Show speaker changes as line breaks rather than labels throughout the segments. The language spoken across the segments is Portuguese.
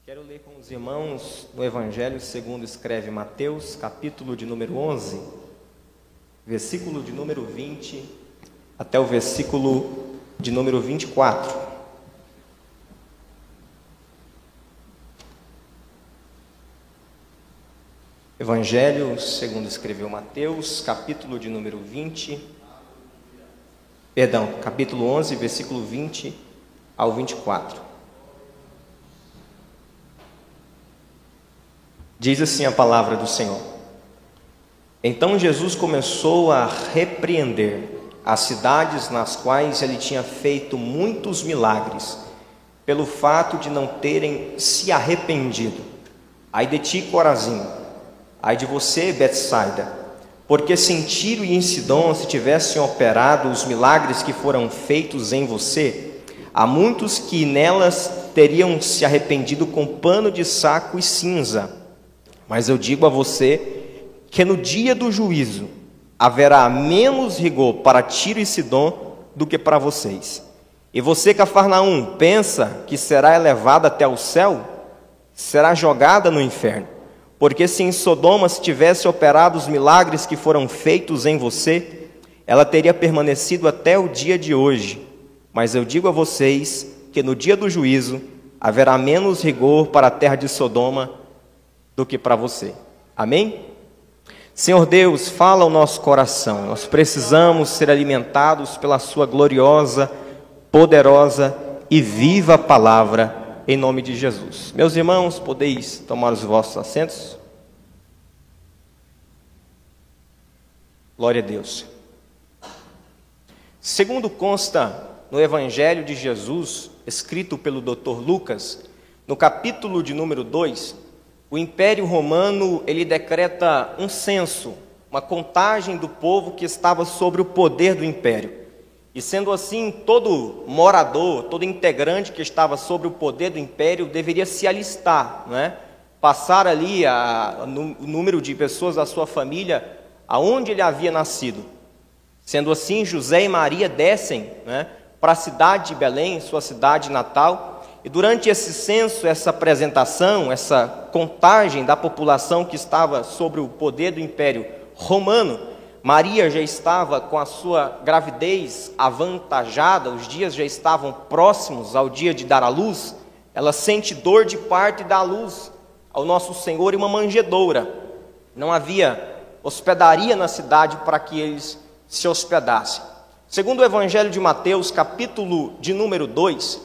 Quero ler com os irmãos no Evangelho segundo escreve Mateus, capítulo de número 11, versículo de número 20 até o versículo de número 24. Evangelho segundo escreveu Mateus, capítulo de número capítulo 11, versículo 20 ao 24. Diz assim a palavra do Senhor: Então Jesus começou a repreender as cidades nas quais ele tinha feito muitos milagres, pelo fato de não terem se arrependido. Ai de ti, Corazim! Ai de você, Betsaida! Porque se em Tiro e em Sidom se tivessem operado os milagres que foram feitos em você, há muitos que nelas teriam se arrependido com pano de saco e cinza. Mas eu digo a você que no dia do juízo haverá menos rigor para Tiro e Sidom do que para vocês. E você, Cafarnaum, pensa que será elevada até o céu? Será jogada no inferno. Porque se em Sodoma se tivesse operado os milagres que foram feitos em você, ela teria permanecido até o dia de hoje. Mas eu digo a vocês que no dia do juízo haverá menos rigor para a terra de Sodoma do que para você. Amém? Senhor Deus, fala ao nosso coração. Nós precisamos ser alimentados pela sua gloriosa, poderosa e viva palavra, em nome de Jesus. Meus irmãos, podeis tomar os vossos assentos? Glória a Deus. Segundo consta no Evangelho de Jesus, escrito pelo Dr. Lucas, no capítulo de número 2, o Império Romano, ele decreta um censo, uma contagem do povo que estava sobre o poder do Império. E sendo assim, todo morador, todo integrante que estava sobre o poder do Império deveria se alistar, não é? Passar ali o número de pessoas da sua família, aonde ele havia nascido. Sendo assim, José e Maria descem, né, para a cidade de Belém, sua cidade natal. E durante esse censo, essa apresentação, essa contagem da população que estava sobre o poder do Império Romano, Maria já estava com a sua gravidez avantajada, os dias já estavam próximos ao dia de dar à luz. Ela sente dor de parto e dá à luz ao nosso Senhor em uma manjedoura. Não havia hospedaria na cidade para que eles se hospedassem. Segundo o Evangelho de Mateus, capítulo de número 2,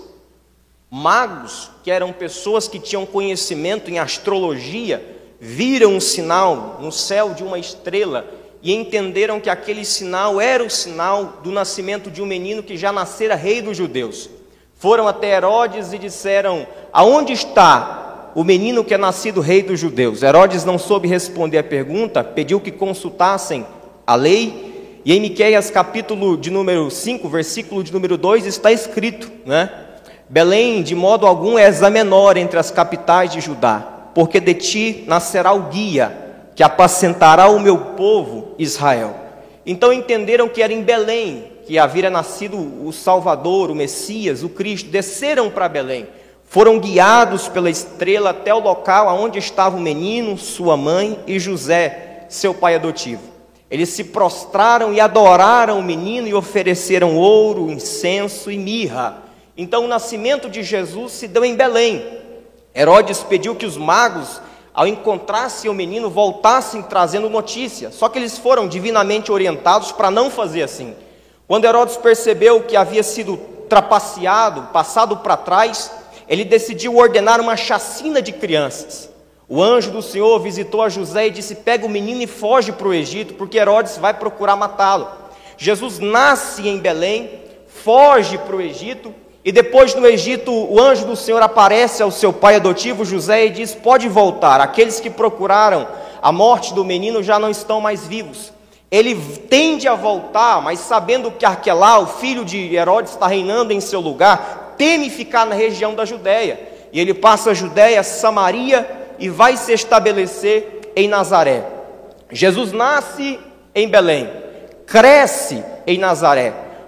magos, que eram pessoas que tinham conhecimento em astrologia, viram um sinal no céu de uma estrela e entenderam que aquele sinal era o sinal do nascimento de um menino que já nascera rei dos judeus. Foram até Herodes e disseram: aonde está o menino que é nascido rei dos judeus? Herodes não soube responder a pergunta, pediu que consultassem a lei, e em Miqueias capítulo de número 5, versículo de número 2, está escrito, né? Belém, de modo algum, és a menor entre as capitais de Judá, porque de ti nascerá o guia, que apacentará o meu povo Israel. Então entenderam que era em Belém que havia nascido o Salvador, o Messias, o Cristo. Desceram para Belém, foram guiados pela estrela até o local onde estava o menino, sua mãe e José, seu pai adotivo. Eles se prostraram e adoraram o menino e ofereceram ouro, incenso e mirra. Então o nascimento de Jesus se deu em Belém. Herodes pediu que os magos, ao encontrassem o menino, voltassem trazendo notícia. Só que eles foram divinamente orientados para não fazer assim. Quando Herodes percebeu que havia sido trapaceado, passado para trás, ele decidiu ordenar uma chacina de crianças. O anjo do Senhor visitou a José e disse: pega o menino e foge para o Egito, porque Herodes vai procurar matá-lo. Jesus nasce em Belém, foge para o Egito. E depois no Egito, o anjo do Senhor aparece ao seu pai adotivo José e diz: pode voltar, aqueles que procuraram a morte do menino já não estão mais vivos. Ele tende a voltar, mas sabendo que Arquelau, o filho de Herodes, está reinando em seu lugar, teme ficar na região da Judéia. E ele passa a Judéia, Samaria e vai se estabelecer em Nazaré. Jesus nasce em Belém, cresce em Nazaré,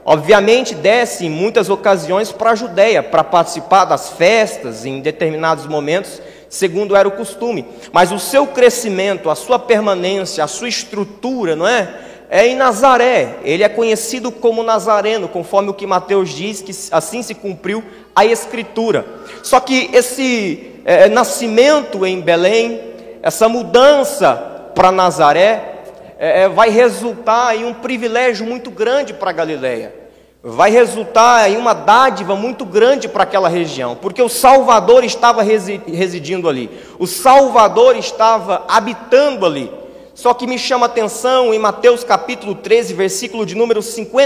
obviamente desce em muitas ocasiões para a Judéia, para participar das festas em determinados momentos, segundo era o costume. Mas o seu crescimento, a sua permanência, a sua estrutura, não é? É em Nazaré. Ele é conhecido como Nazareno, conforme o que Mateus diz, que assim se cumpriu a Escritura. Só que esse nascimento em Belém, essa mudança para Nazaré, vai resultar em um privilégio muito grande para a Galileia. Vai resultar em uma dádiva muito grande para aquela região, porque o Salvador estava residindo ali, o Salvador estava habitando ali. Só que me chama a atenção em Mateus capítulo 13, versículo de número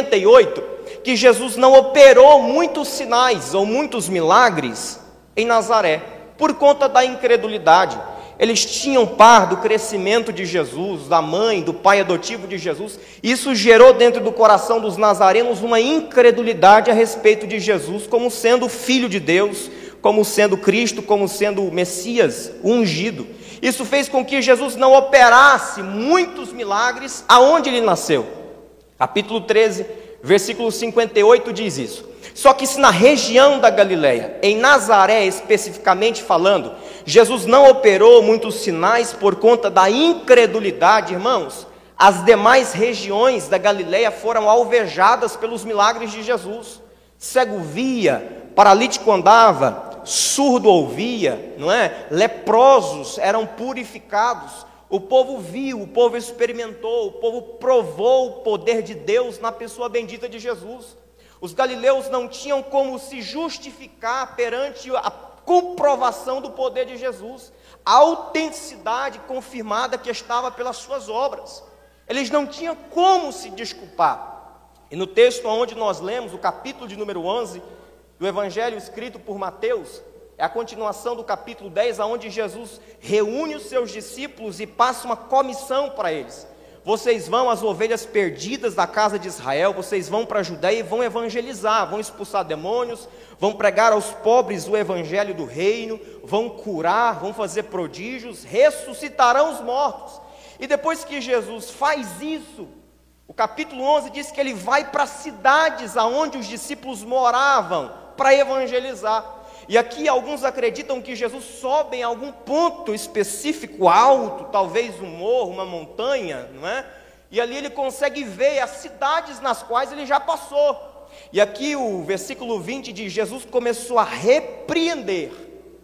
58, que Jesus não operou muitos sinais ou muitos milagres em Nazaré, por conta da incredulidade. Eles tinham par do crescimento de Jesus, da mãe, do pai adotivo de Jesus. Isso gerou dentro do coração dos nazarenos uma incredulidade a respeito de Jesus, como sendo Filho de Deus, como sendo Cristo, como sendo o Messias ungido. Isso fez com que Jesus não operasse muitos milagres aonde ele nasceu. Capítulo 13, versículo 58 diz isso. Só que se na região da Galileia, em Nazaré especificamente falando, Jesus não operou muitos sinais por conta da incredulidade, irmãos, as demais regiões da Galileia foram alvejadas pelos milagres de Jesus. Cego via, paralítico andava, surdo ouvia, não é? Leprosos eram purificados. O povo viu, o povo experimentou, o povo provou o poder de Deus na pessoa bendita de Jesus. Os galileus não tinham como se justificar perante a comprovação do poder de Jesus, a autenticidade confirmada que estava pelas suas obras. Eles não tinham como se desculpar. E no texto onde nós lemos, o capítulo de número 11, do Evangelho escrito por Mateus, é a continuação do capítulo 10, onde Jesus reúne os seus discípulos e passa uma comissão para eles. Vocês vão às ovelhas perdidas da casa de Israel, vocês vão para a Judéia e vão evangelizar, vão expulsar demônios, vão pregar aos pobres o evangelho do reino, vão curar, vão fazer prodígios, ressuscitarão os mortos. E depois que Jesus faz isso, o capítulo 11 diz que ele vai para cidades aonde os discípulos moravam para evangelizar. E aqui alguns acreditam que Jesus sobe em algum ponto específico, alto, talvez um morro, uma montanha, não é? E ali ele consegue ver as cidades nas quais ele já passou. E aqui o versículo 20 diz, Jesus começou a repreender.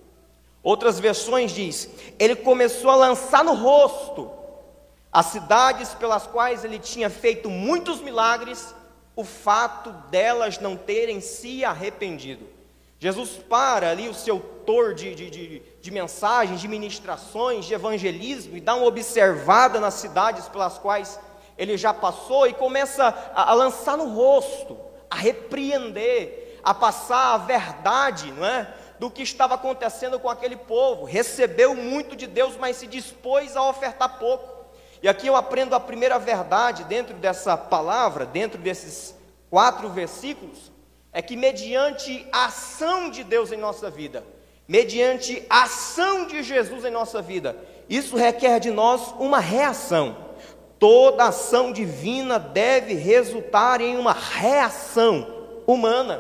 Outras versões diz, ele começou a lançar no rosto as cidades pelas quais ele tinha feito muitos milagres, o fato delas não terem se arrependido. Jesus para ali o seu tour de mensagens, de ministrações, de evangelismo, e dá uma observada nas cidades pelas quais ele já passou, e começa a lançar no rosto, a repreender, a passar a verdade, não é? Do que estava acontecendo com aquele povo. Recebeu muito de Deus, mas se dispôs a ofertar pouco. E aqui eu aprendo a primeira verdade dentro dessa palavra, dentro desses 4 versículos, é que mediante a ação de Deus em nossa vida, mediante a ação de Jesus em nossa vida, isso requer de nós uma reação. Toda ação divina deve resultar em uma reação humana.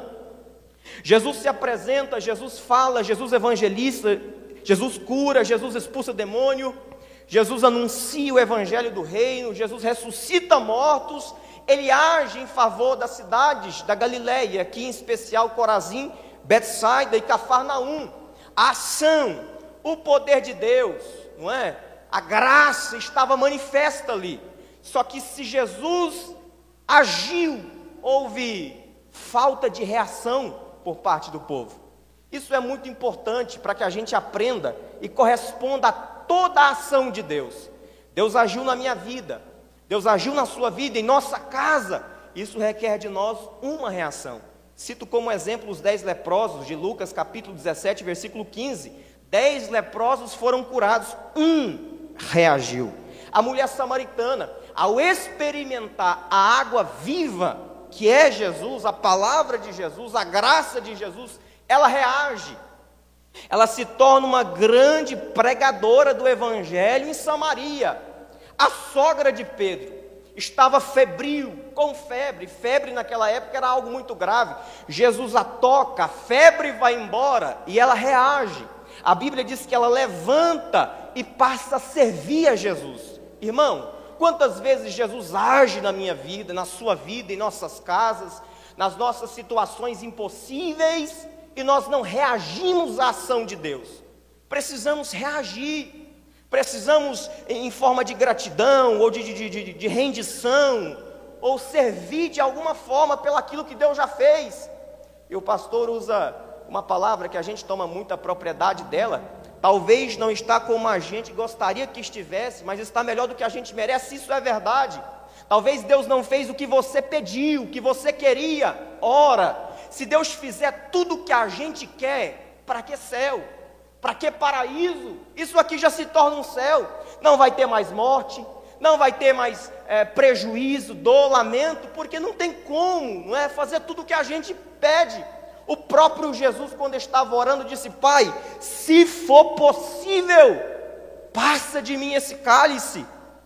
Jesus se apresenta, Jesus fala, Jesus evangeliza, Jesus cura, Jesus expulsa demônio, Jesus anuncia o evangelho do reino, Jesus ressuscita mortos. Ele age em favor das cidades da Galileia, aqui em especial Corazim, Betsaida e Cafarnaum. A ação, o poder de Deus, não é? A graça estava manifesta ali. Só que se Jesus agiu, houve falta de reação por parte do povo. Isso é muito importante para que a gente aprenda e corresponda a toda a ação de Deus. Deus agiu na minha vida, Deus agiu na sua vida, em nossa casa. Isso requer de nós uma reação. Cito como exemplo os 10 leprosos de Lucas capítulo 17, versículo 15. 10 leprosos foram curados, um reagiu. A mulher samaritana, ao experimentar a água viva, que é Jesus, a palavra de Jesus, a graça de Jesus, ela reage. Ela se torna uma grande pregadora do evangelho em Samaria. A sogra de Pedro estava febril, com febre. Febre naquela época era algo muito grave. Jesus a toca, a febre vai embora e ela reage. A Bíblia diz que ela levanta e passa a servir a Jesus. Irmão, quantas vezes Jesus age na minha vida, na sua vida, em nossas casas, nas nossas situações impossíveis, e nós não reagimos à ação de Deus. Precisamos reagir, precisamos em forma de gratidão, ou de rendição, ou servir de alguma forma pelaquilo que Deus já fez. E o pastor usa uma palavra que a gente toma muita propriedade dela. Talvez não está como a gente gostaria que estivesse, mas está melhor do que a gente merece, isso é verdade. Talvez Deus não fez o que você pediu, o que você queria. Ora, se Deus fizer tudo o que a gente quer, para que céu? Para que paraíso? Isso aqui já se torna um céu. Não vai ter mais morte, não vai ter mais prejuízo, dor, lamento, porque não tem como, não é, fazer tudo o que a gente pede. O próprio Jesus, quando estava orando, disse: Pai, se for possível, passa de mim esse cálice.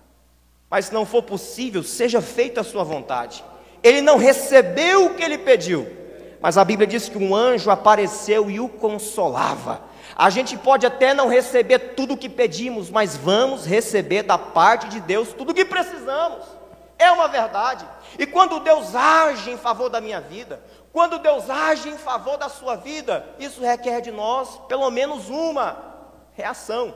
Mas se não for possível, seja feita a sua vontade. Ele não recebeu o que ele pediu, mas a Bíblia diz que um anjo apareceu e o consolava. A gente pode até não receber tudo o que pedimos, mas vamos receber da parte de Deus tudo o que precisamos. É uma verdade. E quando Deus age em favor da minha vida, quando Deus age em favor da sua vida, isso requer de nós pelo menos uma reação.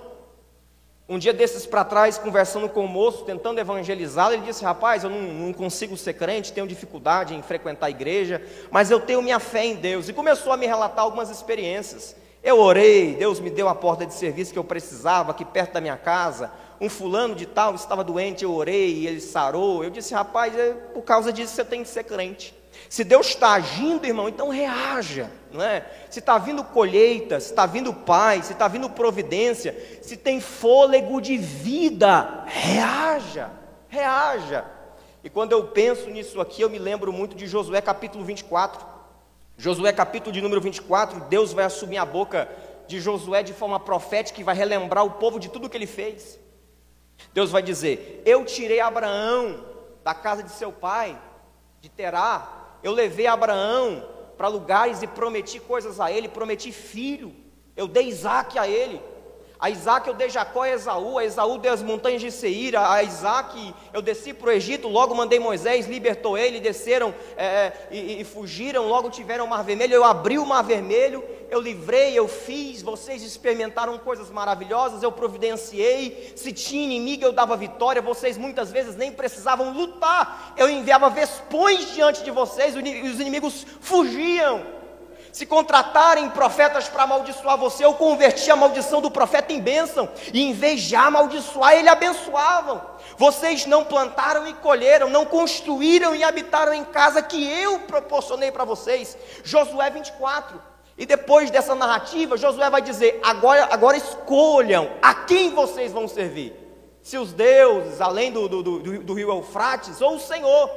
Um dia desses para trás, conversando com o moço, tentando evangelizá-lo, ele disse: rapaz, eu não consigo ser crente, tenho dificuldade em frequentar a igreja, mas eu tenho minha fé em Deus. E começou a me relatar algumas experiências. Eu orei, Deus me deu a porta de serviço que eu precisava, aqui perto da minha casa. Um fulano de tal estava doente, eu orei e ele sarou. Eu disse: rapaz, por causa disso você tem que ser crente. Se Deus está agindo, irmão, então reaja, não é? Se está vindo colheita, se está vindo paz, se está vindo providência, se tem fôlego de vida, reaja, reaja. E quando eu penso nisso aqui, eu me lembro muito de Josué capítulo 24. Josué capítulo de número 24, Deus vai assumir a boca de Josué de forma profética e vai relembrar o povo de tudo que ele fez. Deus vai dizer: eu tirei Abraão da casa de seu pai, de Terá. Eu levei Abraão para lugares e prometi coisas a ele, prometi filho. Eu dei Isaac a ele. A Isaac eu dei Jacó a Esaú dei as montanhas de Seir. A Isaac eu desci para o Egito, logo mandei Moisés, libertou ele, desceram e fugiram, logo tiveram o Mar Vermelho. Eu abri o Mar Vermelho, eu livrei, eu fiz, vocês experimentaram coisas maravilhosas, eu providenciei. Se tinha inimigo eu dava vitória, vocês muitas vezes nem precisavam lutar. Eu enviava vespões diante de vocês e os inimigos fugiam. Se contratarem profetas para amaldiçoar você, eu converti a maldição do profeta em bênção, e em vez de amaldiçoar, ele abençoavam. Vocês não plantaram e colheram, não construíram e habitaram em casa que eu proporcionei para vocês. Josué 24. E depois dessa narrativa, Josué vai dizer: agora escolham a quem vocês vão servir. Se os deuses, além do rio Eufrates, ou o Senhor.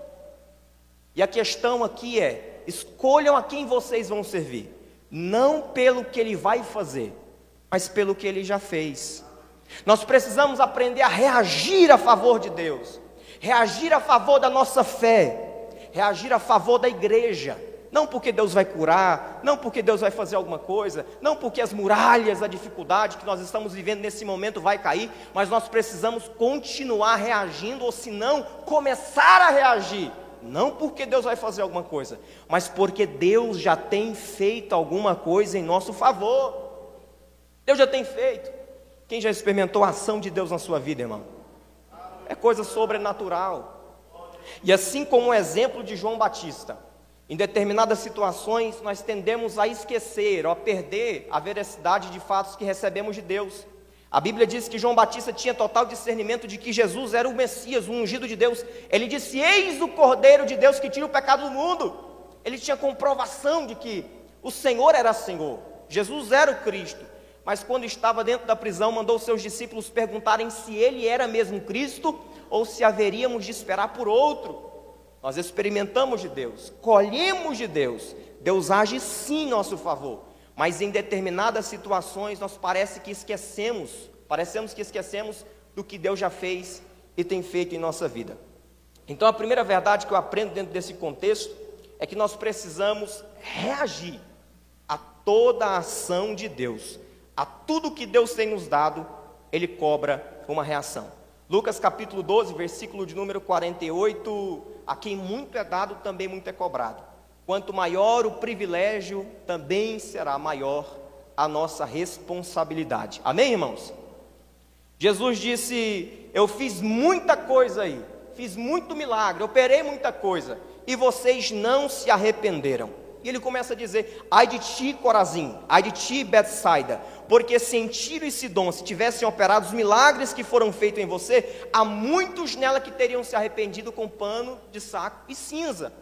E a questão aqui é: escolham a quem vocês vão servir, não pelo que ele vai fazer, mas pelo que ele já fez. Nós precisamos aprender a reagir a favor de Deus, reagir a favor da nossa fé, reagir a favor da igreja, não porque Deus vai curar, não porque Deus vai fazer alguma coisa, não porque as muralhas, a dificuldade que nós estamos vivendo nesse momento vai cair, mas nós precisamos continuar reagindo, ou se não, começar a reagir. Não porque Deus vai fazer alguma coisa, mas porque Deus já tem feito alguma coisa em nosso favor. Deus já tem feito. Quem já experimentou a ação de Deus na sua vida, irmão? É coisa sobrenatural. E assim como o exemplo de João Batista, em determinadas situações nós tendemos a esquecer ou a perder a veracidade de fatos que recebemos de Deus. A Bíblia diz que João Batista tinha total discernimento de que Jesus era o Messias, o ungido de Deus. Ele disse: eis o Cordeiro de Deus que tira o pecado do mundo. Ele tinha comprovação de que o Senhor era Senhor, Jesus era o Cristo. Mas quando estava dentro da prisão, mandou seus discípulos perguntarem se ele era mesmo Cristo, ou se haveríamos de esperar por outro. Nós experimentamos de Deus, colhemos de Deus. Deus age sim em nosso favor. Mas em determinadas situações nós parecemos que esquecemos do que Deus já fez e tem feito em nossa vida. Então a primeira verdade que eu aprendo dentro desse contexto é que nós precisamos reagir a toda a ação de Deus, a tudo que Deus tem nos dado, Ele cobra uma reação. Lucas capítulo 12, versículo de número 48, a quem muito é dado, também muito é cobrado. Quanto maior o privilégio, também será maior a nossa responsabilidade. Amém, irmãos? Jesus disse, eu fiz muita coisa aí, fiz muito milagre, operei muita coisa, e vocês não se arrependeram. E ele começa a dizer, ai de ti, Corazim, ai de ti, Betsaida, porque se em Tiro e Sidom se tivessem operado os milagres que foram feitos em você, há muitos nela que teriam se arrependido com pano de saco e cinza.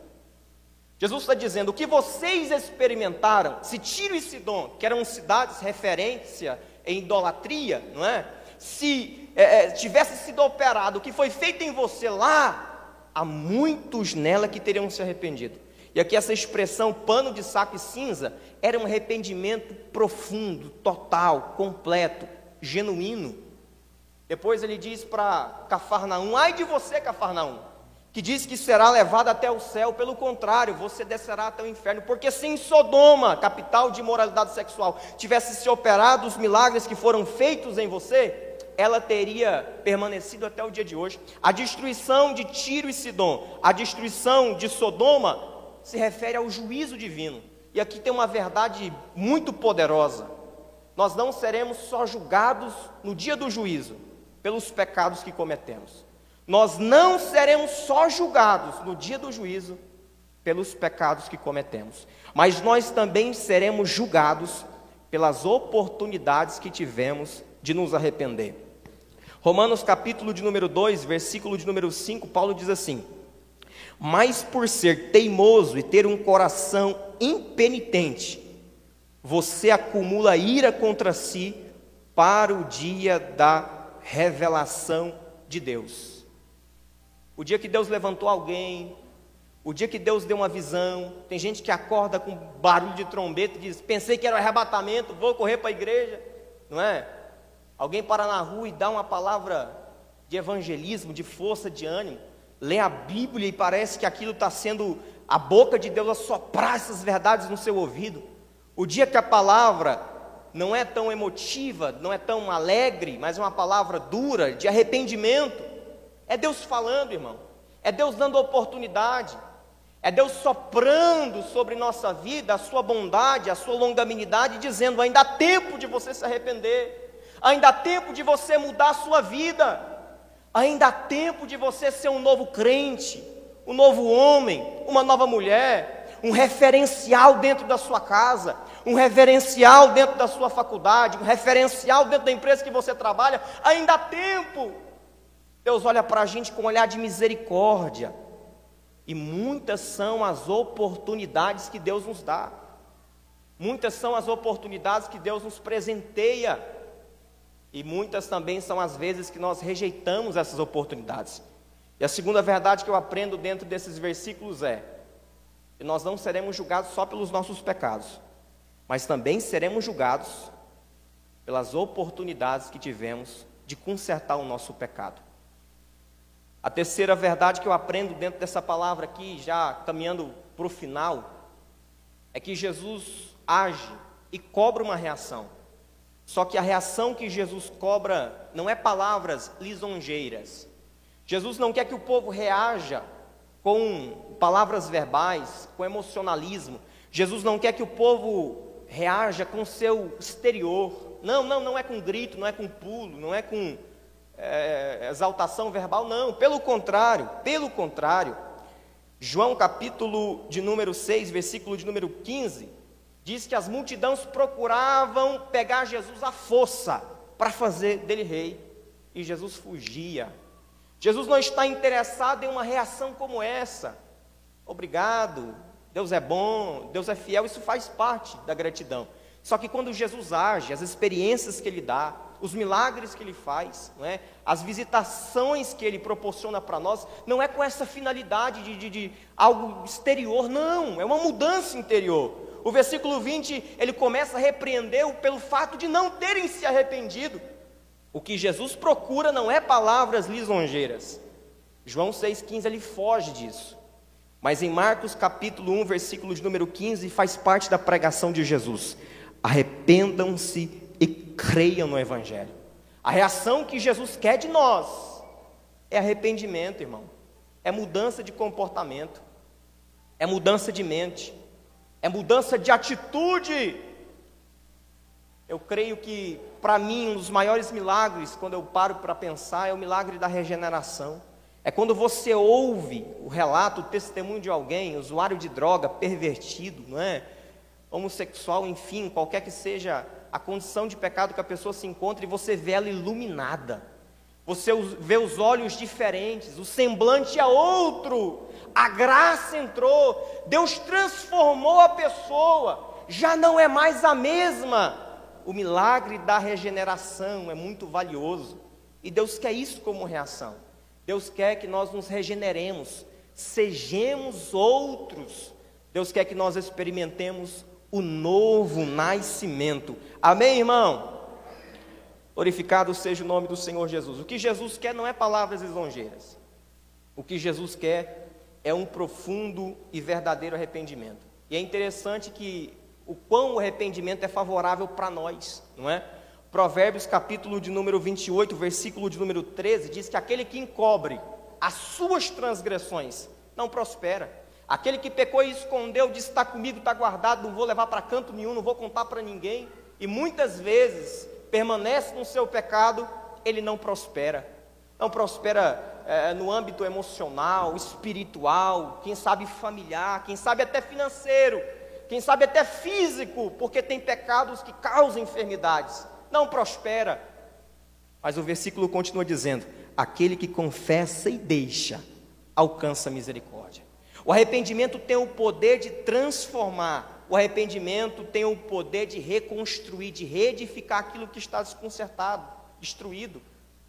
Jesus está dizendo, o que vocês experimentaram, se Tiro e Sidom, que eram cidades referência em idolatria, não é? Se tivesse sido operado o que foi feito em você lá, há muitos nela que teriam se arrependido. E aqui essa expressão, pano de saco e cinza, era um arrependimento profundo, total, completo, genuíno. Depois ele diz para Cafarnaum, ai de você, Cafarnaum, que diz que será levado até o céu, pelo contrário, você descerá até o inferno, porque se em Sodoma, capital de imoralidade sexual, tivesse se operado os milagres que foram feitos em você, ela teria permanecido até o dia de hoje. A destruição de Tiro e Sidom, a destruição de Sodoma, se refere ao juízo divino. E aqui tem uma verdade muito poderosa. Nós não seremos só julgados no dia do juízo, pelos pecados que cometemos. Nós não seremos só julgados no dia do juízo, pelos pecados que cometemos. Mas nós também seremos julgados pelas oportunidades que tivemos de nos arrepender. Romanos capítulo de número 2, versículo de número 5, Paulo diz assim, mas por ser teimoso e ter um coração impenitente, você acumula ira contra si para o dia da revelação de Deus. O dia que Deus levantou alguém, o dia que Deus deu uma visão, tem gente que acorda com barulho de trombeta e diz, pensei que era um arrebatamento, vou correr para a igreja, não é? Alguém para na rua e dá uma palavra de evangelismo, de força, de ânimo, lê a Bíblia e parece que aquilo está sendo a boca de Deus a soprar essas verdades no seu ouvido. O dia que a palavra não é tão emotiva, não é tão alegre, mas é uma palavra dura, de arrependimento, é Deus falando, irmão, é Deus dando oportunidade, é Deus soprando sobre nossa vida a sua bondade, a sua longanimidade, dizendo, ainda há tempo de você se arrepender, ainda há tempo de você mudar a sua vida, ainda há tempo de você ser um novo crente, um novo homem, uma nova mulher, um referencial dentro da sua casa, um referencial dentro da sua faculdade, um referencial dentro da empresa que você trabalha, ainda há tempo. Deus olha para a gente com um olhar de misericórdia, e muitas são as oportunidades que Deus nos dá, muitas são as oportunidades que Deus nos presenteia, e muitas também são as vezes que nós rejeitamos essas oportunidades. E a segunda verdade que eu aprendo dentro desses versículos é que nós não seremos julgados só pelos nossos pecados, mas também seremos julgados pelas oportunidades que tivemos de consertar o nosso pecado. A terceira verdade que eu aprendo dentro dessa palavra aqui, já caminhando para o final, é que Jesus age e cobra uma reação. Só que a reação que Jesus cobra não é palavras lisonjeiras. Jesus não quer que o povo reaja com palavras verbais, com emocionalismo. Jesus não quer que o povo reaja com seu exterior. Não é com grito, não é com pulo, não é com exaltação verbal, não. Pelo contrário. João capítulo de número 6, versículo de número 15... diz que as multidões procuravam pegar Jesus à força para fazer dele rei, e Jesus fugia. Jesus não está interessado em uma reação como essa. Obrigado, Deus é bom, Deus é fiel, isso faz parte da gratidão. Só que quando Jesus age, as experiências que Ele dá, os milagres que Ele faz, não é? As visitações que Ele proporciona para nós, não é com essa finalidade de algo exterior, não, é uma mudança interior. O versículo 20, ele começa a repreender pelo fato de não terem se arrependido. O que Jesus procura não é palavras lisonjeiras. João 6,15 ele foge disso. Mas em Marcos capítulo 1, versículo de número 15, faz parte da pregação de Jesus. Arrependam-se e creiam no Evangelho. A reação que Jesus quer de nós é arrependimento, irmão. É mudança de comportamento. É mudança de mente. É mudança de atitude. Eu creio que, para mim, um dos maiores milagres, quando eu paro para pensar, é o milagre da regeneração. É quando você ouve o relato, o testemunho de alguém, usuário de droga, pervertido, não é? Homossexual, enfim, qualquer que seja a condição de pecado que a pessoa se encontra, e você vê ela iluminada. Você vê os olhos diferentes, o semblante é outro, a graça entrou, Deus transformou a pessoa, já não é mais a mesma. O milagre da regeneração é muito valioso, e Deus quer isso como reação. Deus quer que nós nos regeneremos, sejamos outros. Deus quer que nós experimentemos o novo nascimento. Amém, irmão? Glorificado seja o nome do Senhor Jesus. O que Jesus quer não é palavras lisonjeiras. O que Jesus quer é um profundo e verdadeiro arrependimento. E é interessante que o quão o arrependimento é favorável para nós, não é? Provérbios capítulo de número 28, versículo de número 13, diz que aquele que encobre as suas transgressões não prospera. Aquele que pecou e escondeu, disse: está comigo, está guardado, não vou levar para canto nenhum, não vou contar para ninguém. E muitas vezes permanece no seu pecado, ele não prospera. Não prospera no âmbito emocional, espiritual, quem sabe familiar, quem sabe até financeiro, quem sabe até físico, porque tem pecados que causam enfermidades. Não prospera. Mas o versículo continua dizendo: aquele que confessa e deixa, alcança misericórdia. O arrependimento tem o poder de transformar. O arrependimento tem o poder de reconstruir, de reedificar aquilo que está desconcertado, destruído.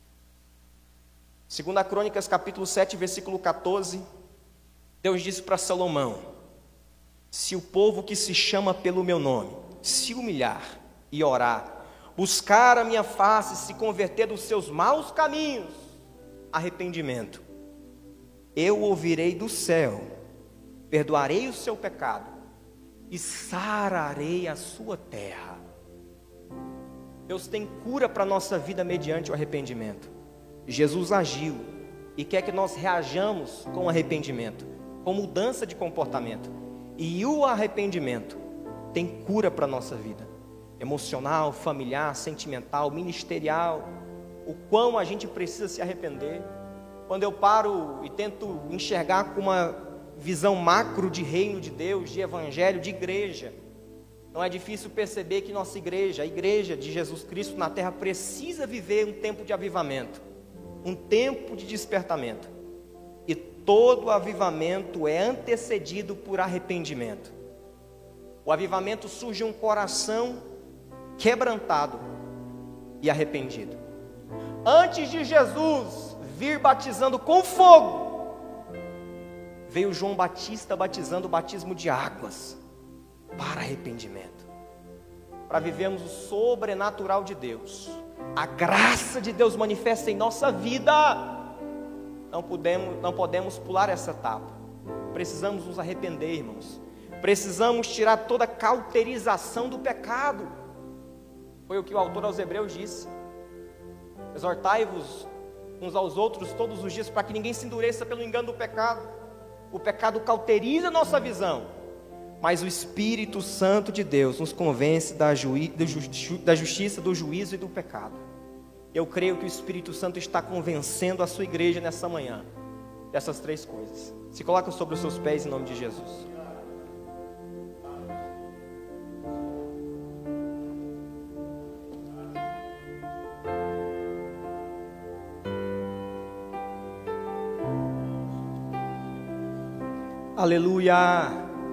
2 Crônicas capítulo 7, versículo 14, Deus disse para Salomão: se o povo que se chama pelo meu nome se humilhar e orar, buscar a minha face, se converter dos seus maus caminhos, arrependimento, eu ouvirei do céu, perdoarei o seu pecado e sararei a sua terra. Deus tem cura para a nossa vida mediante o arrependimento. Jesus agiu e quer que nós reajamos com arrependimento, com mudança de comportamento. E o arrependimento tem cura para a nossa vida, emocional, familiar, sentimental, ministerial. O quão a gente precisa se arrepender. Quando eu paro e tento enxergar com uma visão macro de reino de Deus, de evangelho, de igreja, não é difícil perceber que nossa igreja, a igreja de Jesus Cristo na terra, precisa viver um tempo de avivamento, um tempo de despertamento. E todo avivamento é antecedido por arrependimento. O avivamento surge em um coração quebrantado e arrependido. Antes de Jesus vir batizando com fogo, veio João Batista batizando o batismo de águas para arrependimento, para vivermos o sobrenatural de Deus, a graça de Deus manifesta em nossa vida. Não podemos pular essa etapa. Precisamos nos arrepender, irmãos. Precisamos tirar toda a cauterização do pecado. Foi o que o autor aos Hebreus disse: exortai-vos uns aos outros todos os dias, para que ninguém se endureça pelo engano do pecado. O pecado cauteriza a nossa visão, mas o Espírito Santo de Deus nos convence da justiça, do juízo e do pecado. Eu creio que o Espírito Santo está convencendo a sua igreja nessa manhã dessas três coisas. Se coloca sobre os seus pés em nome de Jesus. Aleluia!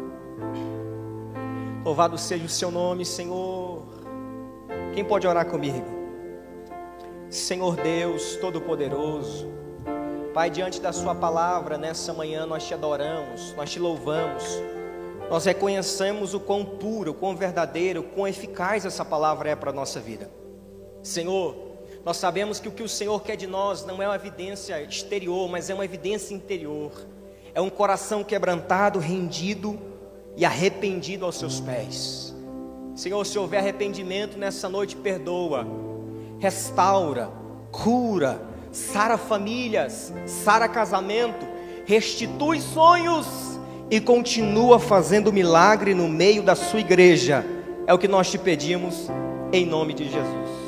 Louvado seja o seu nome, Senhor. Quem pode orar comigo? Senhor Deus Todo-Poderoso, Pai, diante da sua palavra nessa manhã nós te adoramos, nós te louvamos, nós reconhecemos o quão puro, o quão verdadeiro, o quão eficaz essa palavra é para a nossa vida. Senhor, Nós sabemos que o Senhor quer de nós não é uma evidência exterior, mas é uma evidência interior. É um coração quebrantado, rendido e arrependido aos seus pés. Senhor, se houver arrependimento nessa noite, perdoa, restaura, cura, sara famílias, sara casamento, restitui sonhos e continua fazendo milagre no meio da sua igreja. É o que nós te pedimos, em nome de Jesus.